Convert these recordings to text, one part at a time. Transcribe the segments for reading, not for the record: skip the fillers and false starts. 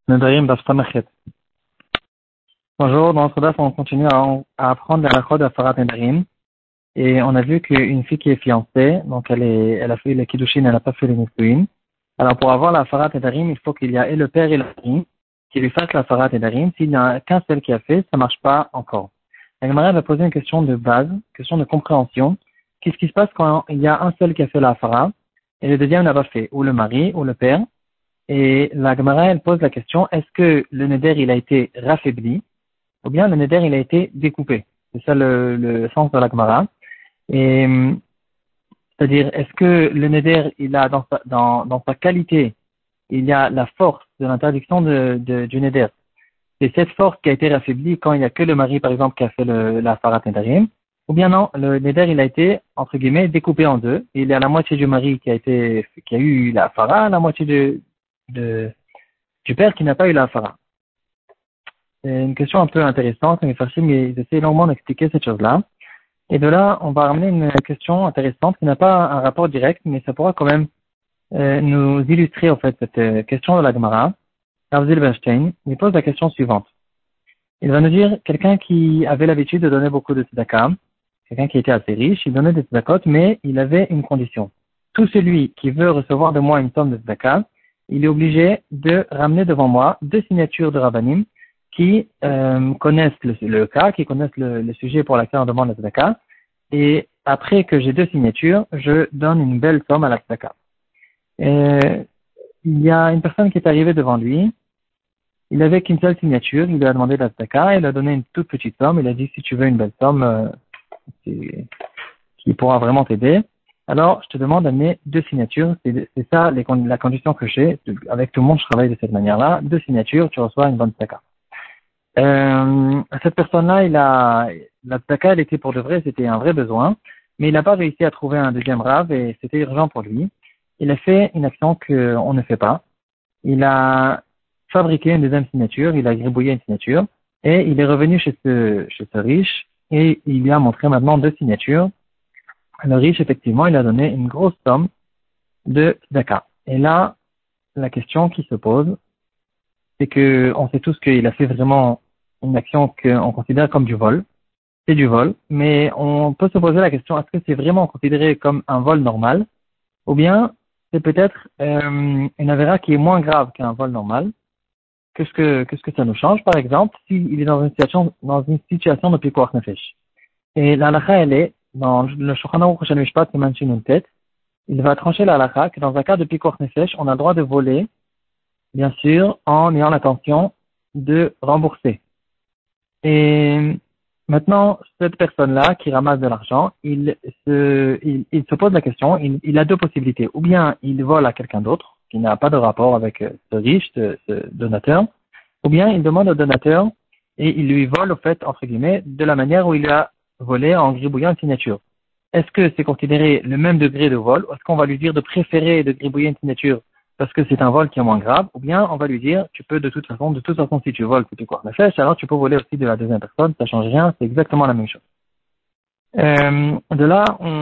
Nedarim Daf Samachet. Bonjour, dans notre DAF, on continue à apprendre la halakha de Farat Nedarim. Et on a vu qu'une fille qui est fiancée, donc elle a fait le Kiddushin, elle n'a pas fait le Nisuin. Alors pour avoir la Farat Nedarim, il faut qu'il y ait et le père et la mari qui lui fassent la Farat Nedarim. S'il n'y a qu'un seul qui a fait, ça marche pas encore. La Gemara va poser une question de base, une question de compréhension. Qu'est-ce qui se passe quand il y a un seul qui a fait la Farat et le deuxième n'a pas fait, ou le mari, ou le père? Et la Gemara, elle pose la question, est-ce que le neder, il a été raffaibli, ou bien le neder, il a été découpé? C'est ça le sens de la Gemara. Et, c'est-à-dire, est-ce que le neder, il a dans sa qualité, il y a la force de l'interdiction du neder. C'est cette force qui a été raffaiblie quand il n'y a que le mari, par exemple, qui a fait la farat nedarim. Ou bien non, le neder, il a été, entre guillemets, découpé en deux. Il y a la moitié du mari qui a eu la farat, la moitié du père qui n'a pas eu la farat. C'est une question un peu intéressante, mais facile, mais j'essaie longuement d'expliquer cette chose-là. Et de là, on va ramener une question intéressante qui n'a pas un rapport direct, mais ça pourra quand même nous illustrer en fait cette question de la Gemara. Rav Zilberstein, il pose la question suivante. Il va nous dire quelqu'un qui avait l'habitude de donner beaucoup de tzedaka, quelqu'un qui était assez riche, il donnait des tzedakot, mais il avait une condition. Tout celui qui veut recevoir de moi une somme de tzedaka, il est obligé de ramener devant moi 2 signatures de rabbanim qui connaissent le cas, qui connaissent le sujet pour lequel on demande la tzedaka, et après que j'ai 2 signatures, je donne une belle somme à la tzedaka. Il y a une personne qui est arrivée devant lui, il n'avait qu'une seule signature, il lui a demandé la tzedaka, il a donné une toute petite somme, il a dit si tu veux une belle somme qui pourra vraiment t'aider, alors je te demande d'amener 2 signatures, c'est ça la condition que j'ai, avec tout le monde je travaille de cette manière-là, 2 signatures, tu reçois une bonne tzedaka. Cette personne-là, la tzedaka elle était pour de vrai, c'était un vrai besoin, mais il n'a pas réussi à trouver un deuxième rav et c'était urgent pour lui. Il a fait une action qu'on ne fait pas. Il a fabriqué une deuxième signature, il a gribouillé une signature, et il est revenu chez ce riche, et il lui a montré maintenant 2 signatures. Le riche, effectivement, il a donné une grosse somme de tzedaka. Et là, la question qui se pose, c'est que on sait tous qu'il a fait vraiment une action qu'on considère comme du vol. C'est du vol, mais on peut se poser la question, est-ce que c'est vraiment considéré comme un vol normal, ou bien c'est peut-être une avéra qui est moins grave qu'un vol normal? Qu'est-ce que ça nous change, par exemple, s'il est dans une situation de pikuach nefesh? Et la halakha, elle est, dans le Shulchan Aruch Shel Mishpat, qui mentionne une tête, il va trancher la halakha que dans un cas de pikuach nefesh, on a le droit de voler, bien sûr, en ayant l'intention de rembourser. Et maintenant, cette personne-là qui ramasse de l'argent, il se pose la question, il a 2 possibilités. Ou bien il vole à quelqu'un d'autre, qui n'a pas de rapport avec ce riche, ce donateur, ou bien il demande au donateur et il lui vole, au fait, entre guillemets, de la manière où il a volé en gribouillant une signature. Est-ce que c'est considéré le même degré de vol, ou est-ce qu'on va lui dire de préférer de gribouiller une signature parce que c'est un vol qui est moins grave, ou bien on va lui dire, tu peux de toute façon, si tu voles, c'est quoi la flèche, alors tu peux voler aussi de la deuxième personne, ça change rien, c'est exactement la même chose. De là,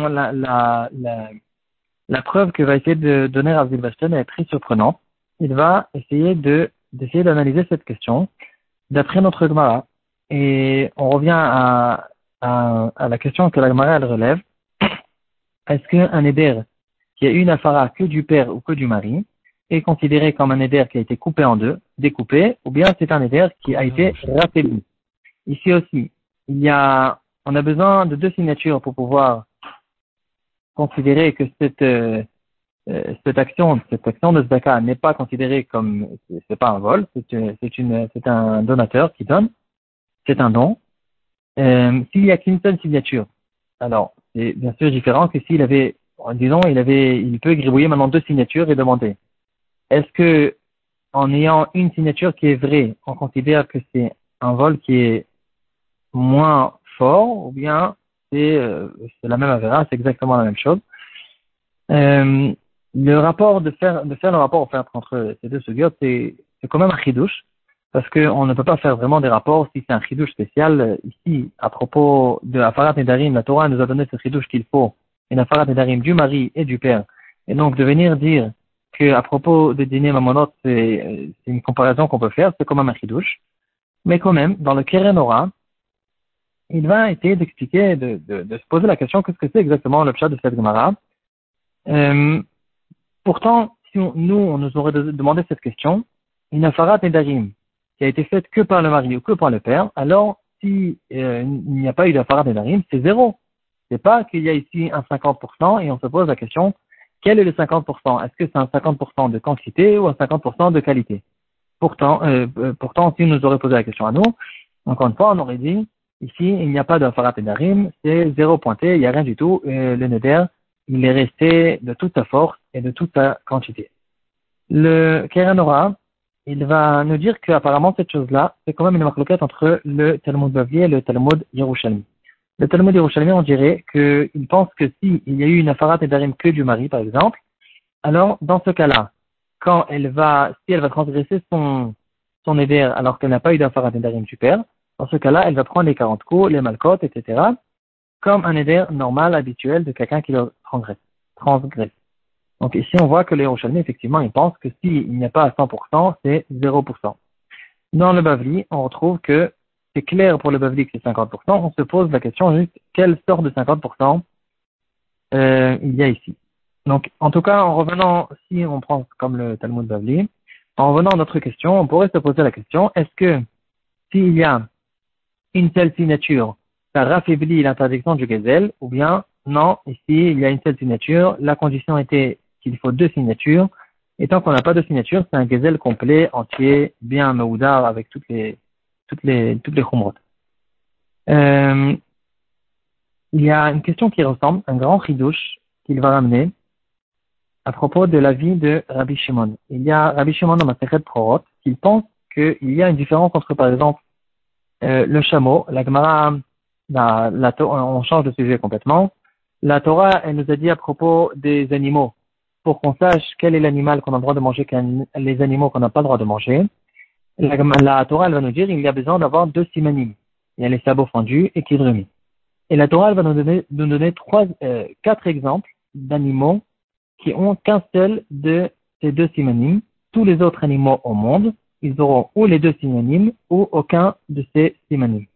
la preuve que va essayer de donner Rav Zilberstein est très surprenante. Il va essayer d'essayer d'analyser cette question d'après notre Gemara. Et on revient à la question que la Gemara elle relève. Est-ce qu'un éder qui a eu une afara que du père ou que du mari est considéré comme un éder qui a été coupé en 2, découpé, ou bien c'est un éder qui a été raffaibli? Ici aussi, on a besoin de 2 signatures pour pouvoir considérer que cette action de tzedaka n'est pas considérée comme, c'est pas un vol, c'est un donateur qui donne, c'est un don. S'il y a qu'une seule signature, alors c'est bien sûr différent que s'il avait, disons, il peut gribouiller maintenant 2 signatures et demander. Est-ce que, en ayant une signature qui est vraie, on considère que c'est un vol qui est moins fort, ou bien c'est la même avéra, c'est exactement la même chose? Le rapport de faire le rapport en fait entre ces 2 sugiotes, c'est quand même un chidouche, parce qu'on ne peut pas faire vraiment des rapports si c'est un chidouche spécial. Ici, à propos de Afarat Nedarim, la Torah nous a donné ce chidouche qu'il faut, une Afarat Nedarim du mari et du père. Et donc, de venir dire que à propos de dîner mamonot, c'est une comparaison qu'on peut faire, c'est quand même un chidouche. Mais quand même, dans le Keren Ora, il va essayer d'expliquer, de se poser la question, qu'est-ce que c'est exactement le pshat de cette Gemara. Pourtant, si on nous aurait demandé cette question, une afarat nedarim qui a été faite que par le mari ou que par le père, alors si il n'y a pas eu d'afarat nedarim, c'est zéro. C'est pas qu'il y a ici un 50% et on se pose la question, quel est le 50%? Est-ce que c'est un 50% de quantité ou un 50% de qualité? Pourtant, si on nous aurait posé la question à nous, encore une fois, on aurait dit, ici, il n'y a pas d'afarat nedarim, c'est zéro pointé, il n'y a rien du tout, le neder, il est resté de toute sa force et de toute sa quantité. Le Keren Ora, il va nous dire qu'apparemment cette chose-là, c'est quand même une marloquette entre le Talmud Bavli et le Talmud Yerushalmi. Le Talmud Yerushalmi, on dirait qu'il pense que si il y a eu une afarat nedarim que du mari, par exemple, alors dans ce cas-là, si elle va transgresser son neder alors qu'elle n'a pas eu d'afarat nedarim du père, dans ce cas-là, elle va prendre les 40 coups, les malcotes, etc., comme un neder normal, habituel de quelqu'un qui le transgresse. Donc ici, on voit que les Yerushalmi, effectivement, ils pensent que s'il n'y a pas à 100%, c'est 0%. Dans le Bavli, on retrouve que c'est clair pour le Bavli que c'est 50%. On se pose la question juste, quelle sorte de 50% il y a ici. Donc, en tout cas, en revenant, si on prend comme le Talmud Bavli, en revenant à notre question, on pourrait se poser la question, est-ce que s'il y a une seule signature, ça raffaiblit l'interdiction du gazelle, ou bien non, ici, il y a une seule signature, la condition était qu'il faut deux signatures, et tant qu'on n'a pas de signature, c'est un gazelle complet, entier, bien maoudar, avec toutes les khumrot. Il y a une question qui ressemble, un grand chidouche qu'il va ramener à propos de la vie de Rabbi Shimon. Il y a Rabbi Shimon dans Masechet Prorot, qui pense qu'il y a une différence entre, par exemple, le chameau, la Gemara, on change de sujet complètement. La Torah, elle nous a dit à propos des animaux, pour qu'on sache quel est l'animal qu'on a le droit de manger, les animaux qu'on n'a pas le droit de manger. La Torah, elle va nous dire qu'il y a besoin d'avoir deux simanim. Il y a les sabots fendus et qui remis. Et la Torah, elle va nous donner quatre exemples d'animaux qui ont qu'un seul de ces deux simanim. Tous les autres animaux au monde, ils auront ou les deux simanim ou aucun de ces simanim.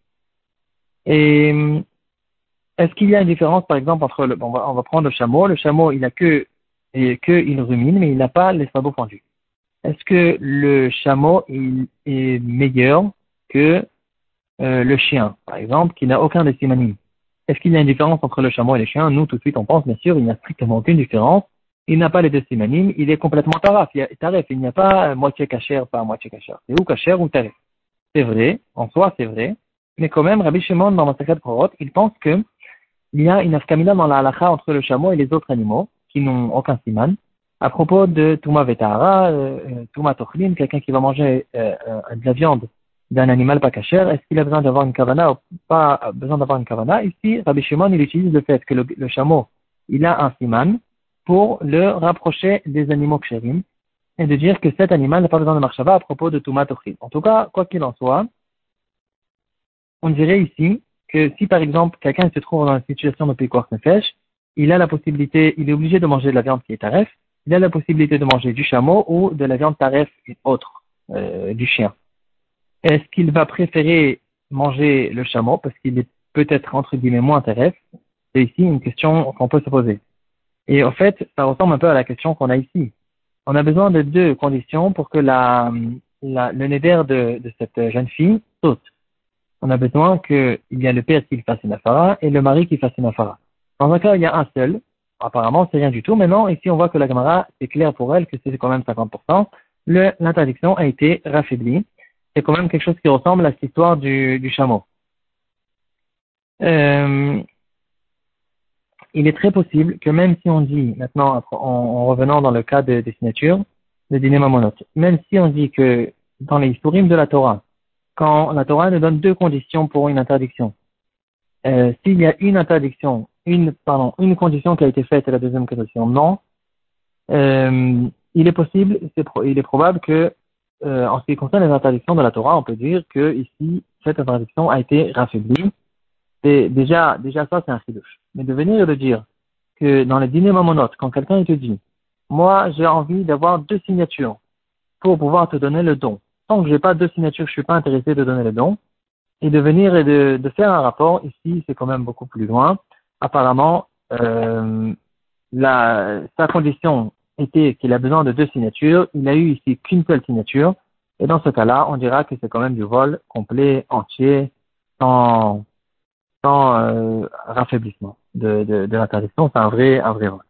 Et est-ce qu'il y a une différence, par exemple, entre on va prendre le chameau. Le chameau, il a que il rumine, mais il n'a pas les sabots fendus. Est-ce que le chameau il est meilleur que le chien, par exemple, qui n'a aucun des simanim? Est-ce qu'il y a une différence entre le chameau et le chien? Nous, tout de suite, on pense, bien sûr, il n'y a strictement aucune différence. Il n'a pas les deux simanim, il est complètement taraf. Il n'y a pas moitié cachère, pas moitié cachère. C'est ou cachère ou tarif. C'est vrai, en soi, c'est vrai. Mais quand même, Rabbi Shimon, dans Masechet Prorot, il pense que il y a une afkamina dans la halakha entre le chameau et les autres animaux, qui n'ont aucun siman. À propos de Touma Vetahara, Touma Tochlin, quelqu'un qui va manger de la viande d'un animal pas cachère, est-ce qu'il a besoin d'avoir une kavana ou pas besoin d'avoir une kavana? Ici, Rabbi Shimon, il utilise le fait que le chameau, il a un siman pour le rapprocher des animaux kshérim et de dire que cet animal n'a pas besoin de marshava à propos de Touma Tochlin. En tout cas, quoi qu'il en soit, on dirait ici que si par exemple quelqu'un se trouve dans une situation de Pekor Nefesh, il a la possibilité, il est obligé de manger de la viande qui est taref, il a la possibilité de manger du chameau ou de la viande taref autre, du chien. Est-ce qu'il va préférer manger le chameau parce qu'il est peut-être entre guillemets moins taref? C'est ici une question qu'on peut se poser. Et en fait, ça ressemble un peu à la question qu'on a ici. On a besoin de deux conditions pour que le neder de cette jeune fille saute. On a besoin qu'il y ait le père qui fasse une afara et le mari qui fasse une afara. Dans un cas, il y a un seul. Apparemment, c'est rien du tout. Maintenant, ici, on voit que la Gemara, c'est clair pour elle que c'est quand même 50%. L'interdiction a été raffaiblie. C'est quand même quelque chose qui ressemble à cette histoire du chameau. Il est très possible que même si on dit, maintenant, en revenant dans le cas des signatures, de dîner mamonot, même si on dit que dans les historimes de la Torah, quand la Torah nous donne deux conditions pour une interdiction. S'il y a une interdiction, une condition qui a été faite et la deuxième condition non, il est probable que, en ce qui concerne les interdictions de la Torah, on peut dire que ici, cette interdiction a été raffaiblie. Et déjà ça, c'est un chidouche. Mais de venir et de dire que dans les dîners mamonotes, quand quelqu'un te dit moi, j'ai envie d'avoir 2 signatures pour pouvoir te donner le don. Tant que j'ai pas 2 signatures, je suis pas intéressé de donner le don. Et de venir et de faire un rapport, ici, c'est quand même beaucoup plus loin. Apparemment, sa condition était qu'il a besoin de 2 signatures. Il n'a eu ici qu'une seule signature. Et dans ce cas-là, on dira que c'est quand même du vol complet, entier, sans, sans raffaiblissement de l'interdiction. C'est un vrai vol.